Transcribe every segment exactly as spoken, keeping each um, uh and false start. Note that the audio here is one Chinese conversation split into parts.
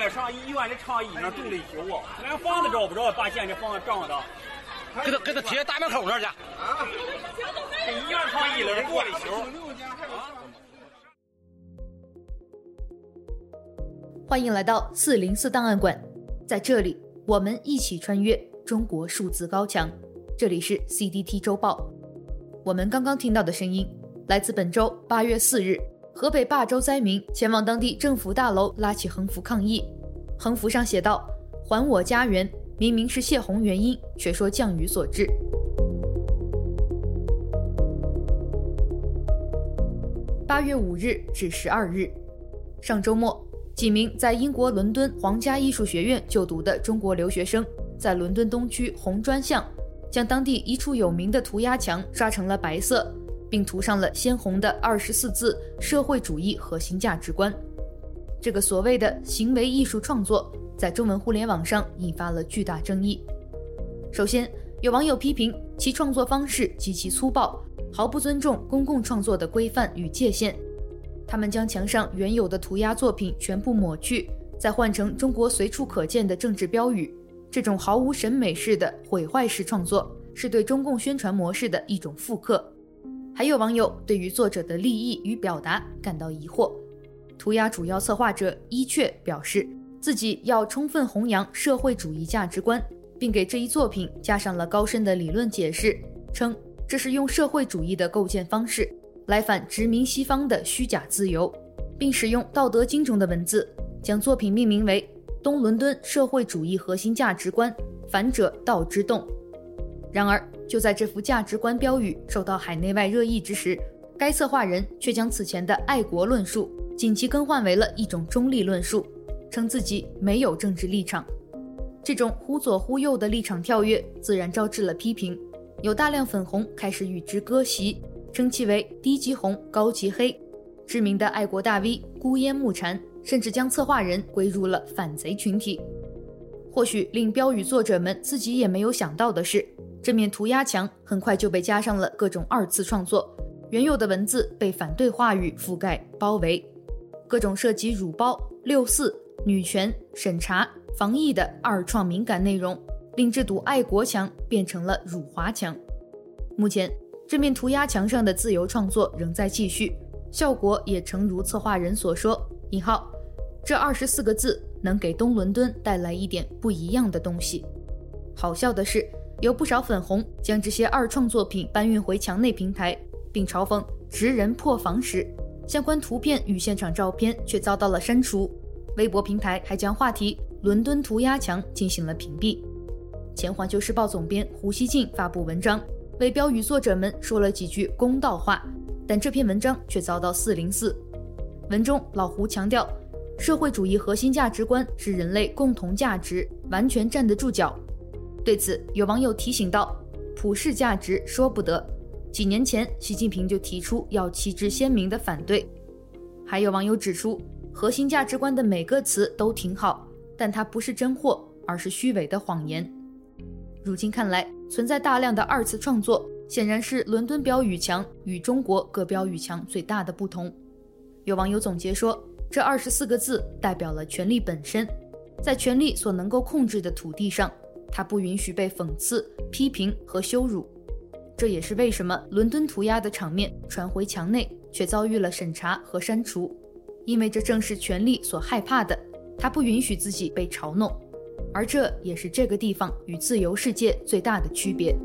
面上医院的长椅上住了一宿啊，连房子找不着，把现这房子涨的， 给他给他贴大门口那儿去啊！ 这医院长椅了，这住了一宿。 欢迎来到四零四档案馆，在这里我们一起穿越中国数字高墙。这里是 C D T 周报。我们刚刚听到的声音来自本周八月四日，河北霸州灾民前往当地政府大楼拉起横幅抗议，横幅上写道：还我家园，明明是泄洪原因，却说降雨所致。八月五日至十二日，上周末，几名在英国伦敦皇家艺术学院就读的中国留学生，在伦敦东区红砖巷将当地一处有名的涂鸦墙刷成了白色，并涂上了鲜红的二十四字社会主义核心价值观。这个所谓的行为艺术创作在中文互联网上引发了巨大争议。首先，有网友批评其创作方式极其粗暴，毫不尊重公共创作的规范与界限。他们将墙上原有的涂鸦作品全部抹去，再换成中国随处可见的政治标语。这种毫无审美式的毁坏式创作是对中共宣传模式的一种复刻。还有网友对于作者的立意与表达感到疑惑。涂鸦主要策划者伊雀表示，自己要充分弘扬社会主义价值观，并给这一作品加上了高深的理论解释，称这是用社会主义的构建方式来反殖民西方的虚假自由，并使用道德经中的文字，将作品命名为东伦敦社会主义核心价值观，反者道之动。然而，就在这幅价值观标语受到海内外热议之时，该策划人却将此前的爱国论述紧急更换为了一种中立论述，称自己没有政治立场。这种忽左忽右的立场跳跃自然招致了批评，有大量粉红开始与之割席，称其为低级红高级黑。知名的爱国大 V 孤烟木蝉甚至将策划人归入了反贼群体。或许令标语作者们自己也没有想到的是，这面涂鸦墙很快就被加上了各种二次创作，原有的文字被反对话语覆盖包围，各种涉及辱包、六四、女权、审查、防疫的二创敏感内容，令这堵爱国墙变成了辱华墙。目前，这面涂鸦墙上的自由创作仍在继续，效果也诚如策划人所说，引号，这二十四个字能给东伦敦带来一点不一样的东西。好笑的是，有不少粉红将这些二创作品搬运回墙内平台，并嘲讽职人破防时，相关图片与现场照片却遭到了删除。微博平台还将话题伦敦涂鸦墙进行了屏蔽。前环球时报总编胡锡进发布文章，为标语作者们说了几句公道话，但这篇文章却遭到四零四。文中老胡强调，社会主义核心价值观是人类共同价值，完全站得住脚。对此，有网友提醒道，普世价值说不得，几年前习近平就提出要旗帜鲜明的反对。还有网友指出，核心价值观的每个词都挺好，但它不是真货，而是虚伪的谎言。如今看来，存在大量的二次创作，显然是伦敦标语墙与中国各标语墙最大的不同。有网友总结说，这二十四个字代表了权力本身，在权力所能够控制的土地上，它不允许被讽刺、批评和羞辱。这也是为什么伦敦涂鸦的场面传回墙内，却遭遇了审查和删除，因为这正是权力所害怕的，它不允许自己被嘲弄，而这也是这个地方与自由世界最大的区别。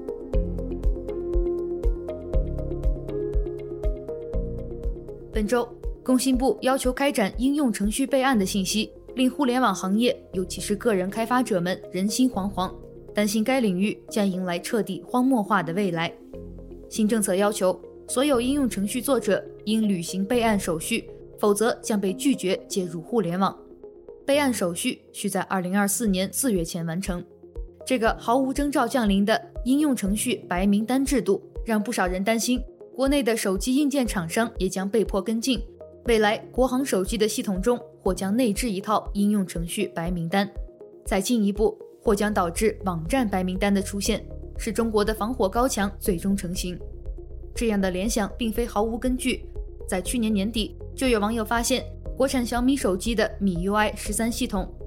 本周，工信部要求开展应用程序备案的信息，令互联网行业，尤其是个人开发者们人心惶惶，担心该领域将迎来彻底荒漠化的未来。新政策要求，所有应用程序作者应履行备案手续，否则将被拒绝接入互联网。备案手续需在二零二四年四月前完成。这个毫无征兆降临的应用程序白名单制度，让不少人担心，国内的手机硬件厂商也将被迫跟进，未来国行手机的系统中或将内置一套应用程序白名单。再进一步，或将导致网站白名单的出现，使中国的防火高墙最终成型。这样的联想并非毫无根据，在去年年底，就有网友发现，国产小米手机的米 U I 十三系统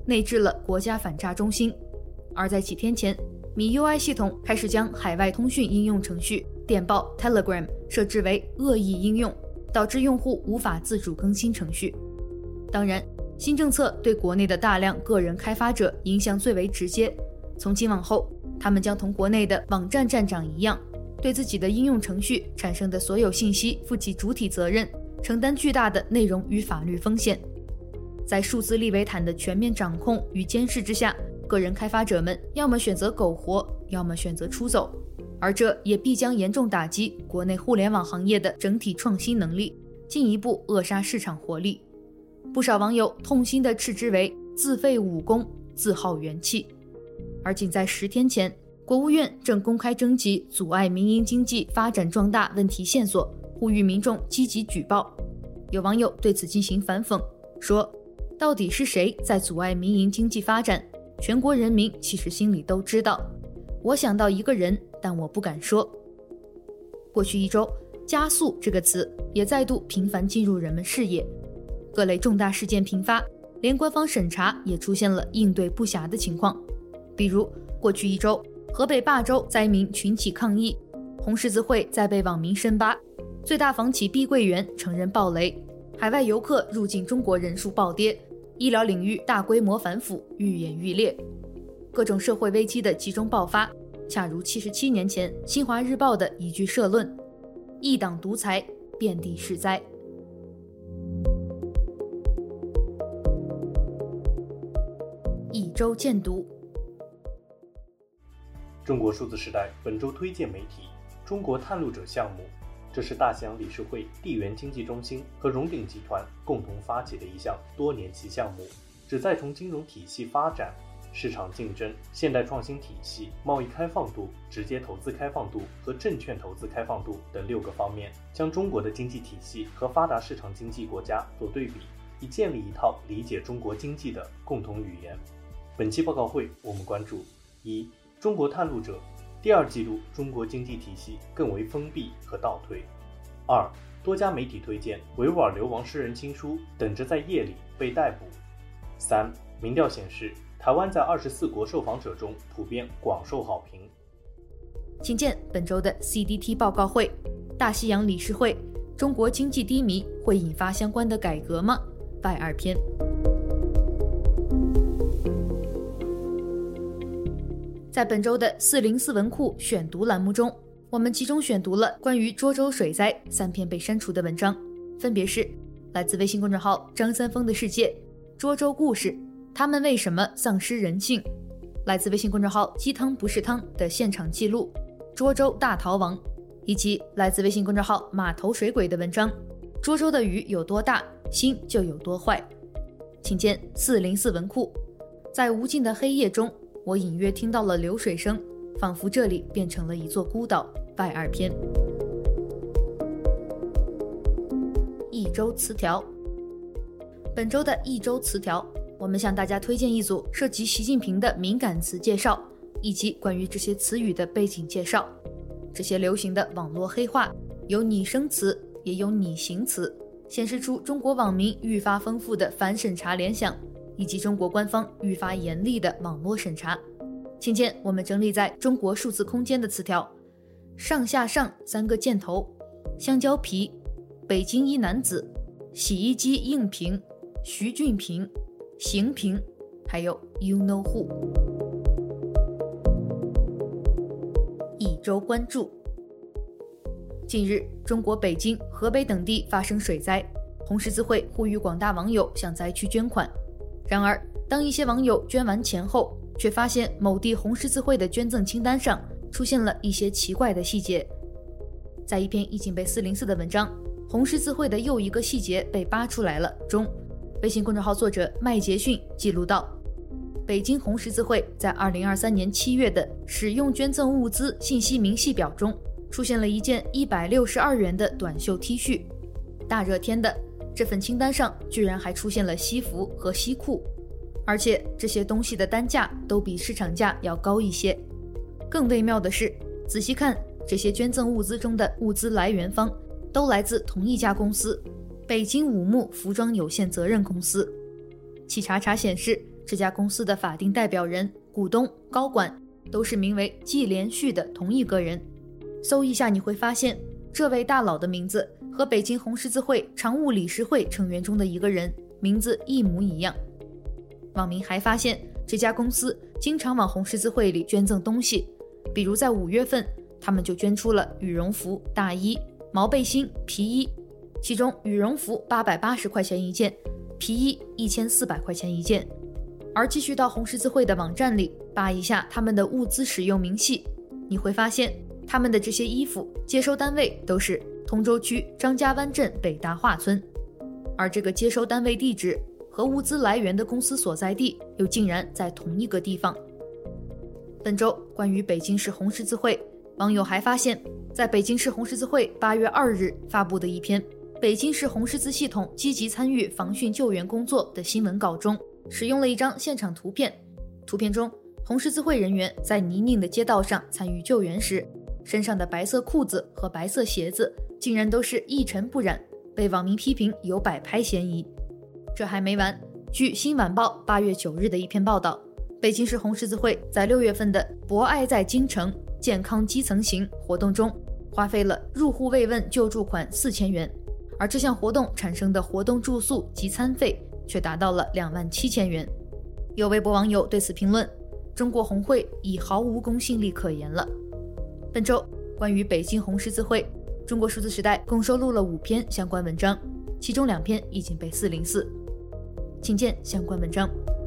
内置了国家反诈中心。而在几天前，米 U I 系统开始将海外通讯应用程序电报 Telegram 设置为恶意应用，导致用户无法自主更新程序。当然，新政策对国内的大量个人开发者影响最为直接，从今往后，他们将同国内的网站站长一样，对自己的应用程序产生的所有信息负起主体责任，承担巨大的内容与法律风险。在数字利维坦的全面掌控与监视之下，个人开发者们要么选择苟活，要么选择出走，而这也必将严重打击国内互联网行业的整体创新能力，进一步扼杀市场活力。不少网友痛心地斥之为自废武功，自耗元气。而仅在十天前，国务院正公开征集阻碍民营经济发展壮大问题线索，呼吁民众积极举报。有网友对此进行反讽，说到底是谁在阻碍民营经济发展？全国人民其实心里都知道，我想到一个人，但我不敢说。过去一周，加速这个词也再度频繁进入人们视野，各类重大事件频发，连官方审查也出现了应对不暇的情况。比如过去一周，河北霸州灾民群起抗议，红十字会在被网民深扒，最大房企碧桂园承认暴雷，海外游客入境中国人数暴跌，医疗领域大规模反腐愈演愈烈，各种社会危机的集中爆发，恰如七十七年前新华日报的一句社论：一党独裁，遍地是灾。一周见读。 中国数字时代本周推荐媒体中国探路者项目，这是大西洋理事会地缘经济中心和荣鼎集团共同发起的一项多年期项目，旨在从金融体系发展、市场竞争、现代创新体系、贸易开放度、直接投资开放度和证券投资开放度等六个方面，将中国的经济体系和发达市场经济国家做对比，以建立一套理解中国经济的共同语言。本期报告会我们关注：一、中国探路者第二季度中国经济体系更为封闭和倒退；二、多家媒体推荐维吾尔流亡诗人亲书等着在夜里被逮捕；三、民调显示台湾在二十四国受访者中普遍广受好评。 请见本周的 C D T 报告会：大西洋理事会，中国经济低迷会引发相关的改革吗？外二篇。在本周的四零四文库选读栏目中，我们集中选读了关于涿州水灾三篇被删除的文章，分别是来自微信公众号张三丰的世界、涿州故事、他们为什么丧失人性，来自微信公众号鸡汤不是汤的现场记录、涿州大逃亡，以及来自微信公众号码头水鬼的文章，涿州的雨有多大，心就有多坏。请见四零四文库。在无尽的黑夜中，我隐约听到了流水声，仿佛这里变成了一座孤岛。外二篇。一周词条。本周的一周词条，我们向大家推荐一组涉及习近平的敏感词介绍，以及关于这些词语的背景介绍。这些流行的网络黑话，有拟声词，也有拟形词，显示出中国网民愈发丰富的反审查联想，以及中国官方愈发严厉的网络审查。请见我们整理在中国数字空间的词条：上下上三个箭头，香蕉皮，北京一男子，洗衣机硬屏，徐俊平，邢平，还有 You know who。 一周关注。近日，中国北京、河北等地发生水灾，红十字会呼吁广大网友向灾区捐款。然而，当一些网友捐完钱后，却发现某地红十字会的捐赠清单上出现了一些奇怪的细节。在一篇已经被四零四的文章《红十字会的又一个细节被扒出来了》中，微信公众号作者麦杰逊记录到，北京红十字会在二零二三年七月的使用捐赠物资信息明细表中，出现了一件一百六十二元的短袖 T 恤。大热天的，这份清单上居然还出现了西服和西裤，而且这些东西的单价都比市场价要高一些。更微妙的是，仔细看这些捐赠物资中的物资来源方都来自同一家公司，北京五木服装有限责任公司。企查查显示， 这家公司的法定代表人、股东、高管都是名为季连续的同一个人。搜一下你会发现，这位大佬的名字和北京红十字会常务理事会成员中的一个人名字一模一样。网民还发现，这家公司经常往红十字会里捐赠东西，比如在五月份，他们就捐出了羽绒服、大衣、毛背心、皮衣，其中羽绒服八百八十块钱一件，皮衣一千四百块钱一件。而继续到红十字会的网站里扒一下他们的物资使用明细，你会发现他们的这些衣服接收单位都是通州区张家湾镇北大化村，而这个接收单位地址和物资来源的公司所在地又竟然在同一个地方。本周关于北京市红十字会，网友还发现，在北京市红十字会八月二日发布的一篇北京市红十字系统积极参与防汛救援工作的新闻稿中，使用了一张现场图片。图片中，红十字会人员在泥泞的街道上参与救援时，身上的白色裤子和白色鞋子竟然都是一尘不染，被网民批评有摆拍嫌疑。这还没完，据新晚报八月九日的一篇报道，北京市红十字会在六月份的博爱在京城健康基层行活动中，花费了入户慰问救助款四千元，而这项活动产生的活动住宿及餐费却达到了两万七千元。有微博网友对此评论：中国红会已毫无公信力可言了。本周关于北京红十字会，中国数字时代共收录了五篇相关文章，其中两篇已经被四零四，请见相关文章。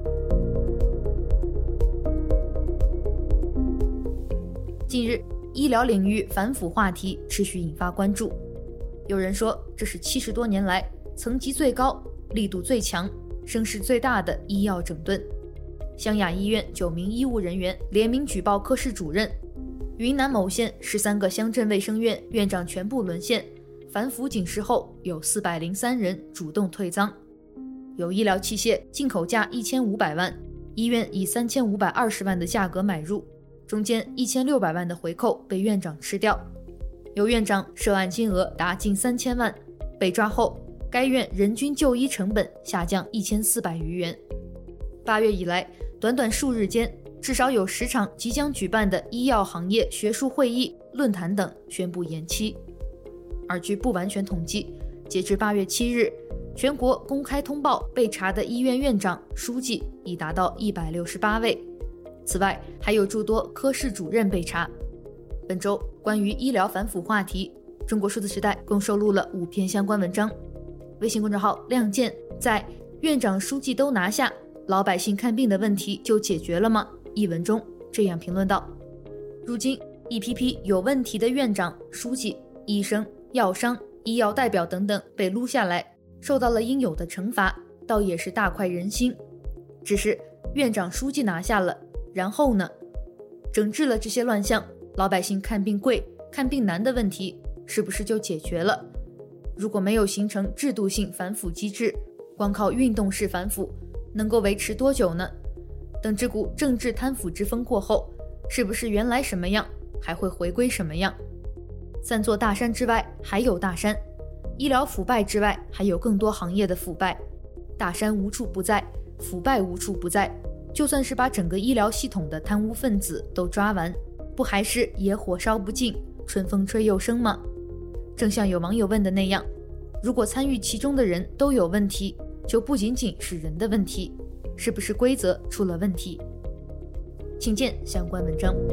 近日，医疗领域反腐话题持续引发关注。有人说，这是七十多年来层级最高、力度最强、声势最大的医药整顿。湘雅医院九名医务人员联名举报科室主任，云南某县十三个乡镇卫生院院长全部沦陷，反腐警示后有四百零三人主动退赃。有医疗器械进口价一千五百万，医院以三千五百二十万的价格买入，中间一千六百万的回扣被院长吃掉。有院长涉案金额达近三千万，被抓后，该院人均就医成本下降一千四百余元。八月以来，短短数日间，至少有十场即将举办的医药行业学术会议、论坛等宣布延期。而据不完全统计，截至八月七日，全国公开通报被查的医院院长、书记已达到一百六十八位。此外，还有诸多科室主任被查。本周关于医疗反腐话题，中国数字时代共收录了五篇相关文章。微信公众号亮剑在院长书记都拿下，老百姓看病的问题就解决了吗？一文中这样评论道：如今一批批有问题的院长、书记、医生、药商、医药代表等等被撸下来，受到了应有的惩罚，倒也是大快人心。只是院长、书记拿下了，然后呢？整治了这些乱象，老百姓看病贵、看病难的问题是不是就解决了？如果没有形成制度性反腐机制，光靠运动式反腐能够维持多久呢？等这股政治贪腐之风过后，是不是原来什么样还会回归什么样？三座大山之外还有大山，医疗腐败之外还有更多行业的腐败。大山无处不在，腐败无处不在，就算是把整个医疗系统的贪污分子都抓完，不还是野火烧不尽，春风吹又生吗？正像有网友问的那样，如果参与其中的人都有问题，就不仅仅是人的问题，是不是规则出了问题？请见相关文章。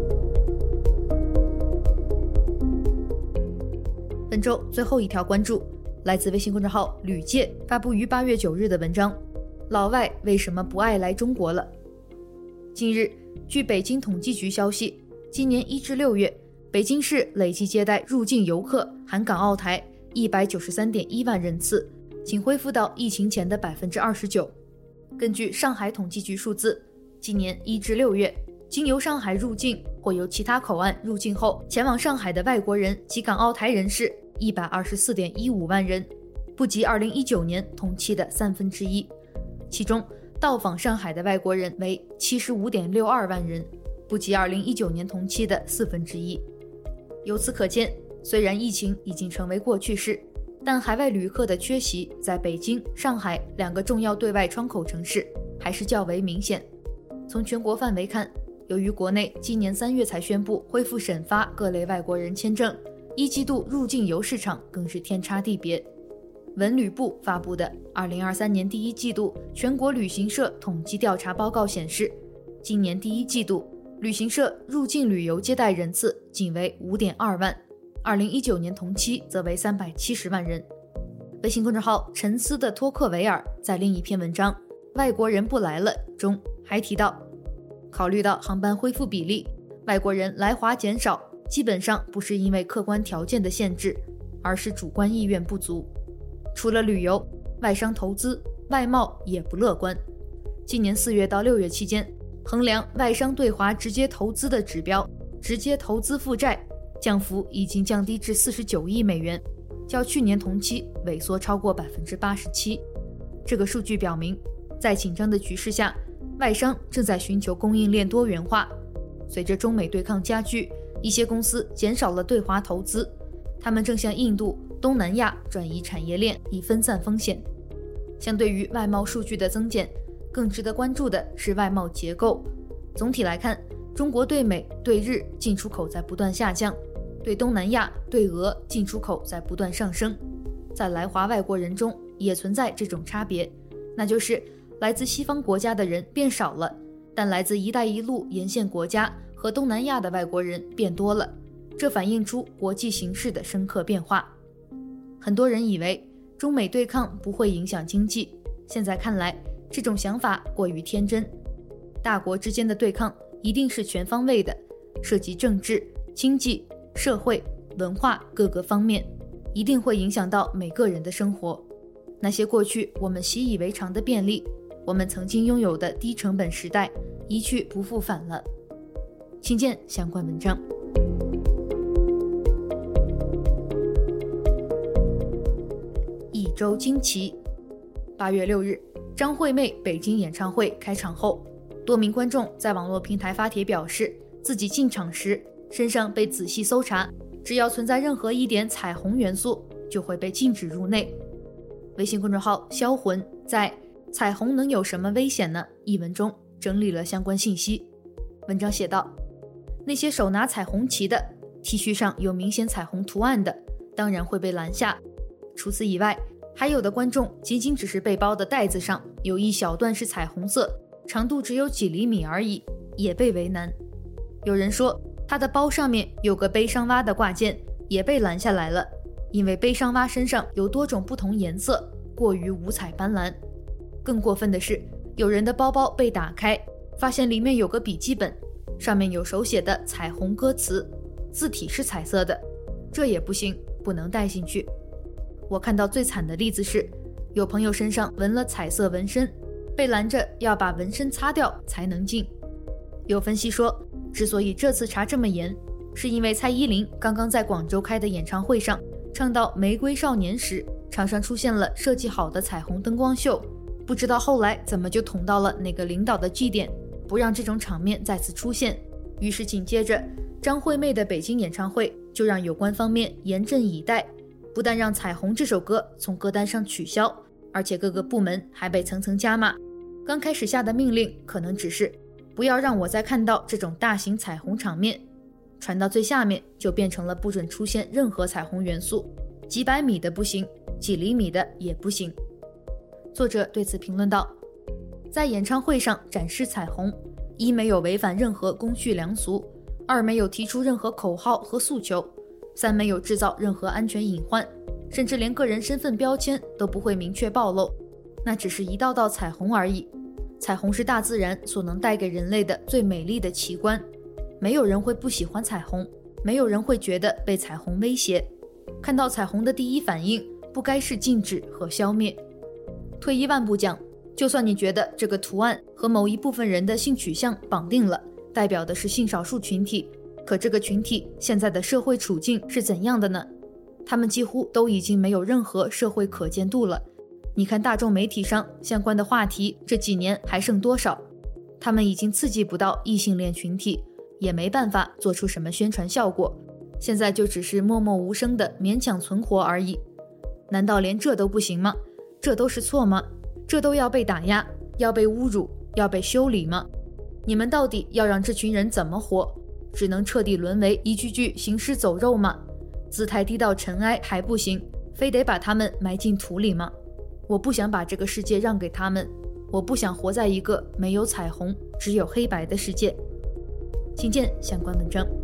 本周最后一条关注来自微信公众号吕介发布于八月九日的文章：老外为什么不爱来中国了？近日，据北京统计局消息，今年一至六月，北京市累计接待入境游客含港澳台一百九十三点一万人次，仅恢复到疫情前的 百分之二十九。 根据上海统计局数字，今年一至六月，经由上海入境或由其他口岸入境后前往上海的外国人及港澳台人士一百二十四点一五万人，不及二零一九年同期的三分之一。其中，到访上海的外国人为 七十五点六二万人，不及二零一九年同期的四分之一。由此可见，虽然疫情已经成为过去式，但海外旅客的缺席在北京、上海两个重要对外窗口城市还是较为明显。从全国范围看，由于国内今年三月才宣布恢复审发各类外国人签证，一季度入境游市场更是天差地别。文旅部发布的二零二三年第一季度全国旅行社统计调查报告显示，今年第一季度旅行社入境旅游接待人次仅为 五点二万，二零一九年同期则为三百七十万人。微信公众号沉思的托克维尔在另一篇文章《外国人不来了》中还提到，考虑到航班恢复比例，外国人来华减少基本上不是因为客观条件的限制，而是主观意愿不足。除了旅游，外商投资、外贸也不乐观。今年四月到六月期间，衡量外商对华直接投资的指标，直接投资负债降幅已经降低至四十九亿美元，较去年同期萎缩超过 百分之八十七。 这个数据表明，在紧张的局势下，外商正在寻求供应链多元化。随着中美对抗加剧，一些公司减少了对华投资，他们正向印度、东南亚转移产业链，以分散风险。相对于外贸数据的增减，更值得关注的是外贸结构。总体来看，中国对美、对日进出口在不断下降，对东南亚、对俄进出口在不断上升。在来华外国人中也存在这种差别，那就是来自西方国家的人变少了，但来自一带一路沿线国家和东南亚的外国人变多了，这反映出国际形势的深刻变化。很多人以为中美对抗不会影响经济，现在看来，这种想法过于天真。大国之间的对抗一定是全方位的，涉及政治、经济、社会、文化各个方面，一定会影响到每个人的生活。那些过去我们习以为常的便利，我们曾经拥有的低成本时代，一去不复返了。请见相关文章。一周惊奇。八月六日，张惠妹北京演唱会开场后，多名观众在网络平台发帖表示，自己进场时身上被仔细搜查，只要存在任何一点彩虹元素，就会被禁止入内。微信公众号销魂在彩虹能有什么危险呢一文中整理了相关信息。文章写道，那些手拿彩虹旗的 T 恤上有明显彩虹图案的当然会被拦下，除此以外，还有的观众仅仅只是背包的带子上有一小段是彩虹色，长度只有几厘米而已，也被为难。有人说他的包上面有个悲伤蛙的挂件，也被拦下来了，因为悲伤蛙身上有多种不同颜色，过于五彩斑斓。更过分的是，有人的包包被打开，发现里面有个笔记本，上面有手写的彩虹歌词，字体是彩色的，这也不行，不能带进去。我看到最惨的例子是，有朋友身上纹了彩色纹身，被拦着要把纹身擦掉才能进。有分析说，之所以这次查这么严，是因为蔡依林刚刚在广州开的演唱会上唱到《玫瑰少年》时，场上出现了设计好的彩虹灯光秀，不知道后来怎么就捅到了哪个领导的据点，不让这种场面再次出现。于是紧接着，张惠妹的北京演唱会就让有关方面严阵以待，不但让《彩虹》这首歌从歌单上取消，而且各个部门还被层层加码。刚开始下的命令可能只是不要让我再看到这种大型彩虹场面，传到最下面就变成了不准出现任何彩虹元素，几百米的不行，几厘米的也不行。作者对此评论道，在演唱会上展示彩虹，一没有违反任何公序良俗，二没有提出任何口号和诉求，三没有制造任何安全隐患，甚至连个人身份标签都不会明确暴露，那只是一道道彩虹而已。彩虹是大自然所能带给人类的最美丽的奇观，没有人会不喜欢彩虹，没有人会觉得被彩虹威胁。看到彩虹的第一反应不该是禁止和消灭。退一万步讲，就算你觉得这个图案和某一部分人的性取向绑定了，代表的是性少数群体，可这个群体现在的社会处境是怎样的呢？他们几乎都已经没有任何社会可见度了。你看大众媒体上相关的话题这几年还剩多少？他们已经刺激不到异性恋群体，也没办法做出什么宣传效果，现在就只是默默无声的勉强存活而已。难道连这都不行吗？这都是错吗？这都要被打压，要被侮辱， 要被修理吗？你们到底要让这群人怎么活？只能彻底沦为一具具行尸走肉吗？姿态低到尘埃还不行，非得把他们埋进土里吗？我不想把这个世界让给他们，我不想活在一个没有彩虹只有黑白的世界。请见相关文章。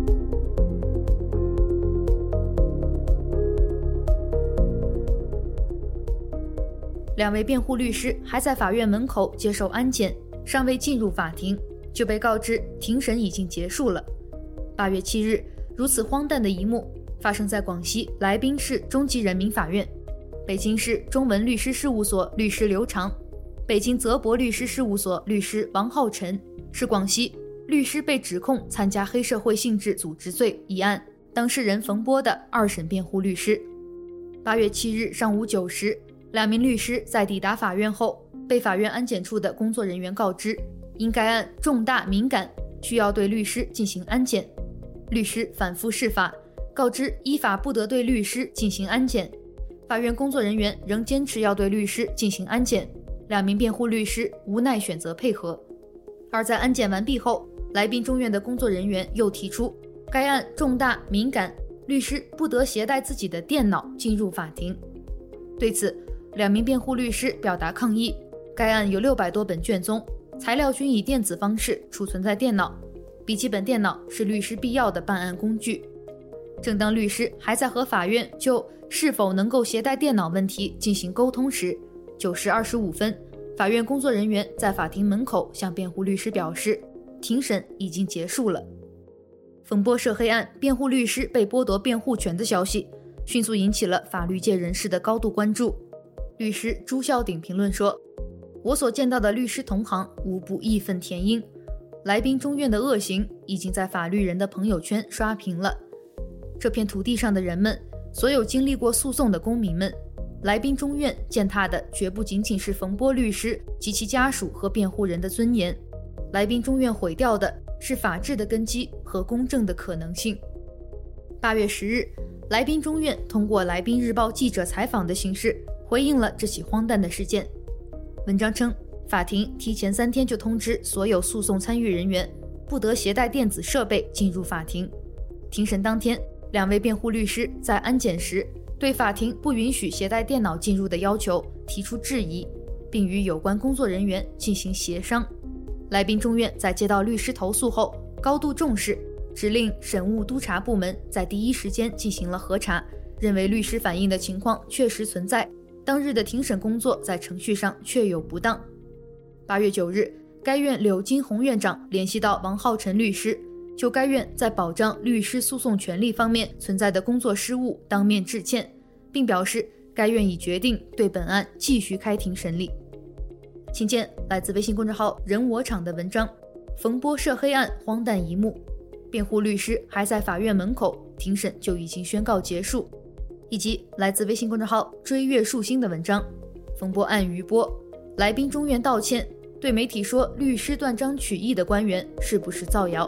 两位辩护律师还在法院门口接受安检，尚未进入法庭，就被告知庭审已经结束了。八月七日，如此荒诞的一幕发生在广西来宾市中级人民法院。北京市中文律师事务所律师刘长，北京泽博律师事务所律师王浩辰是广西律师被指控参加黑社会性质组织罪一案当事人冯波的二审辩护律师。八月七日上午九时，两名律师在抵达法院后，被法院安检处的工作人员告知，因该案重大敏感，需要对律师进行安检。律师反复释法，告知依法不得对律师进行安检。法院工作人员仍坚持要对律师进行安检，两名辩护律师无奈选择配合。而在安检完毕后，来宾中院的工作人员又提出，该案重大敏感，律师不得携带自己的电脑进入法庭。对此，两名辩护律师表达抗议，该案有六百多本卷宗，材料均以电子方式储存在电脑，笔记本电脑是律师必要的办案工具。正当律师还在和法院就是否能够携带电脑问题进行沟通时，九时二十五分，法院工作人员在法庭门口向辩护律师表示，庭审已经结束了。冯波涉黑案辩护律师被剥夺辩护权的消息迅速引起了法律界人士的高度关注。律师朱孝鼎评论说，我所见到的律师同行无不义愤填膺，来宾中院的恶行已经在法律人的朋友圈刷屏了。这片土地上的人们，所有经历过诉讼的公民们，来宾中院践踏的绝不仅仅是冯波律师及其家属和辩护人的尊严，来宾中院毁掉的是法治的根基和公正的可能性。八月十日，来宾中院通过来宾日报记者采访的形式回应了这起荒诞的事件。文章称，法庭提前三天就通知所有诉讼参与人员不得携带电子设备进入法庭。庭审当天，两位辩护律师在安检时对法庭不允许携带电脑进入的要求提出质疑，并与有关工作人员进行协商。来宾中院在接到律师投诉后高度重视，指令审务督察部门在第一时间进行了核查，认为律师反映的情况确实存在，当日的庭审工作在程序上确有不当。八月九日，该院柳金红院长联系到王浩辰律师，就该院在保障律师诉讼权利方面存在的工作失误当面致歉，并表示该院已决定对本案继续开庭审理。请见来自微信公众号人我场的文章，冯波涉黑案荒诞一幕，辩护律师还在法院门口，庭审就已经宣告结束，以及来自微信公众号追月树星的文章，冯波案余波，来宾中院道歉，对媒体说律师断章取义的官员是不是造谣。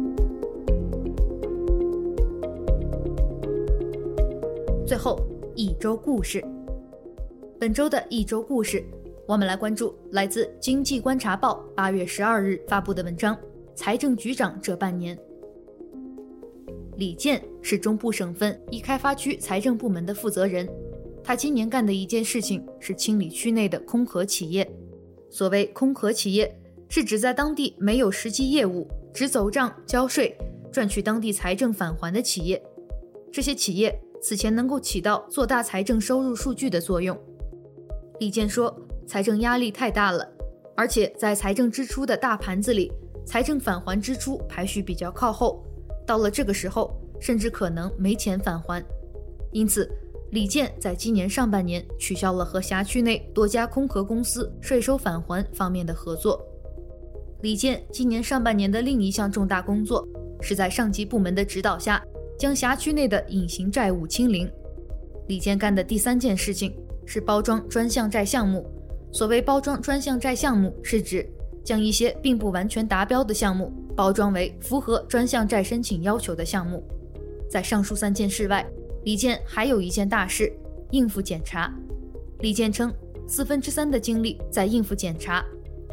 最后一周故事，本周的一周故事，我们来关注来自经济观察报八月十二日发布的文章，财政局长这半年。李健是中部省份一开发区财政部门的负责人，他今年干的一件事情是清理区内的空壳企业。所谓空壳企业，是指在当地没有实际业务，只走账交税，赚取当地财政返还的企业。这些企业此前能够起到做大财政收入数据的作用。李健说，财政压力太大了，而且在财政支出的大盘子里，财政返还支出排序比较靠后，到了这个时候，甚至可能没钱返还。因此，李健在今年上半年取消了和辖区内多家空壳公司税收返还方面的合作。李健今年上半年的另一项重大工作，是在上级部门的指导下，将辖区内的隐形债务清零。李健干的第三件事情是包装专项债项目。所谓包装专项债项目，是指将一些并不完全达标的项目包装为符合专项债申请要求的项目。在上述三件事外，李健还有一件大事，应付检查。李健称，四分之三的精力在应付检查，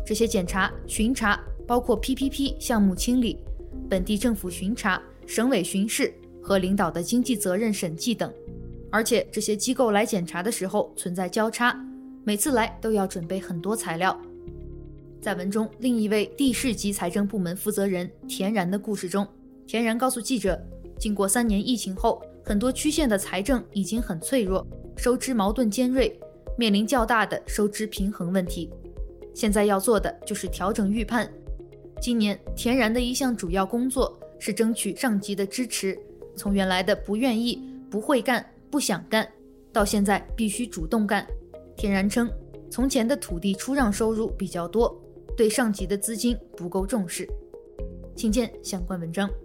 这些检查、巡查包括 P P P 项目清理、本地政府巡查、省委巡视和领导的经济责任审计等。而且这些机构来检查的时候存在交叉，每次来都要准备很多材料。在文中另一位地市级财政部门负责人田然的故事中，田然告诉记者，经过三年疫情后，很多区县的财政已经很脆弱，收支矛盾尖锐，面临较大的收支平衡问题。现在要做的就是调整预判。今年田然的一项主要工作是争取上级的支持，从原来的不愿意、不会干、不想干，到现在必须主动干。田然称，从前的土地出让收入比较多，对上级的资金不够重视。请见相关文章。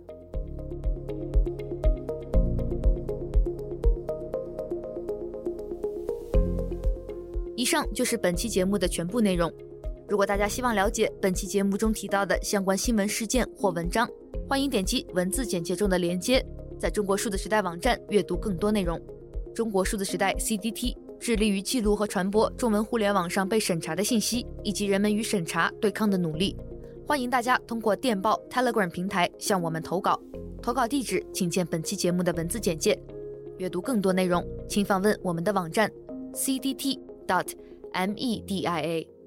以上就是本期节目的全部内容。如果大家希望了解本期节目中提到的相关新闻事件或文章，欢迎点击文字简介中的连接，在中国数字时代网站阅读更多内容。中国数字时代 C D T 致力于记录和传播中文互联网上被审查的信息，以及人们与审查对抗的努力。欢迎大家通过电报 Telegram 平台向我们投稿，投稿地址请见本期节目的文字简介。阅读更多内容，请访问我们的网站 c d t dot media。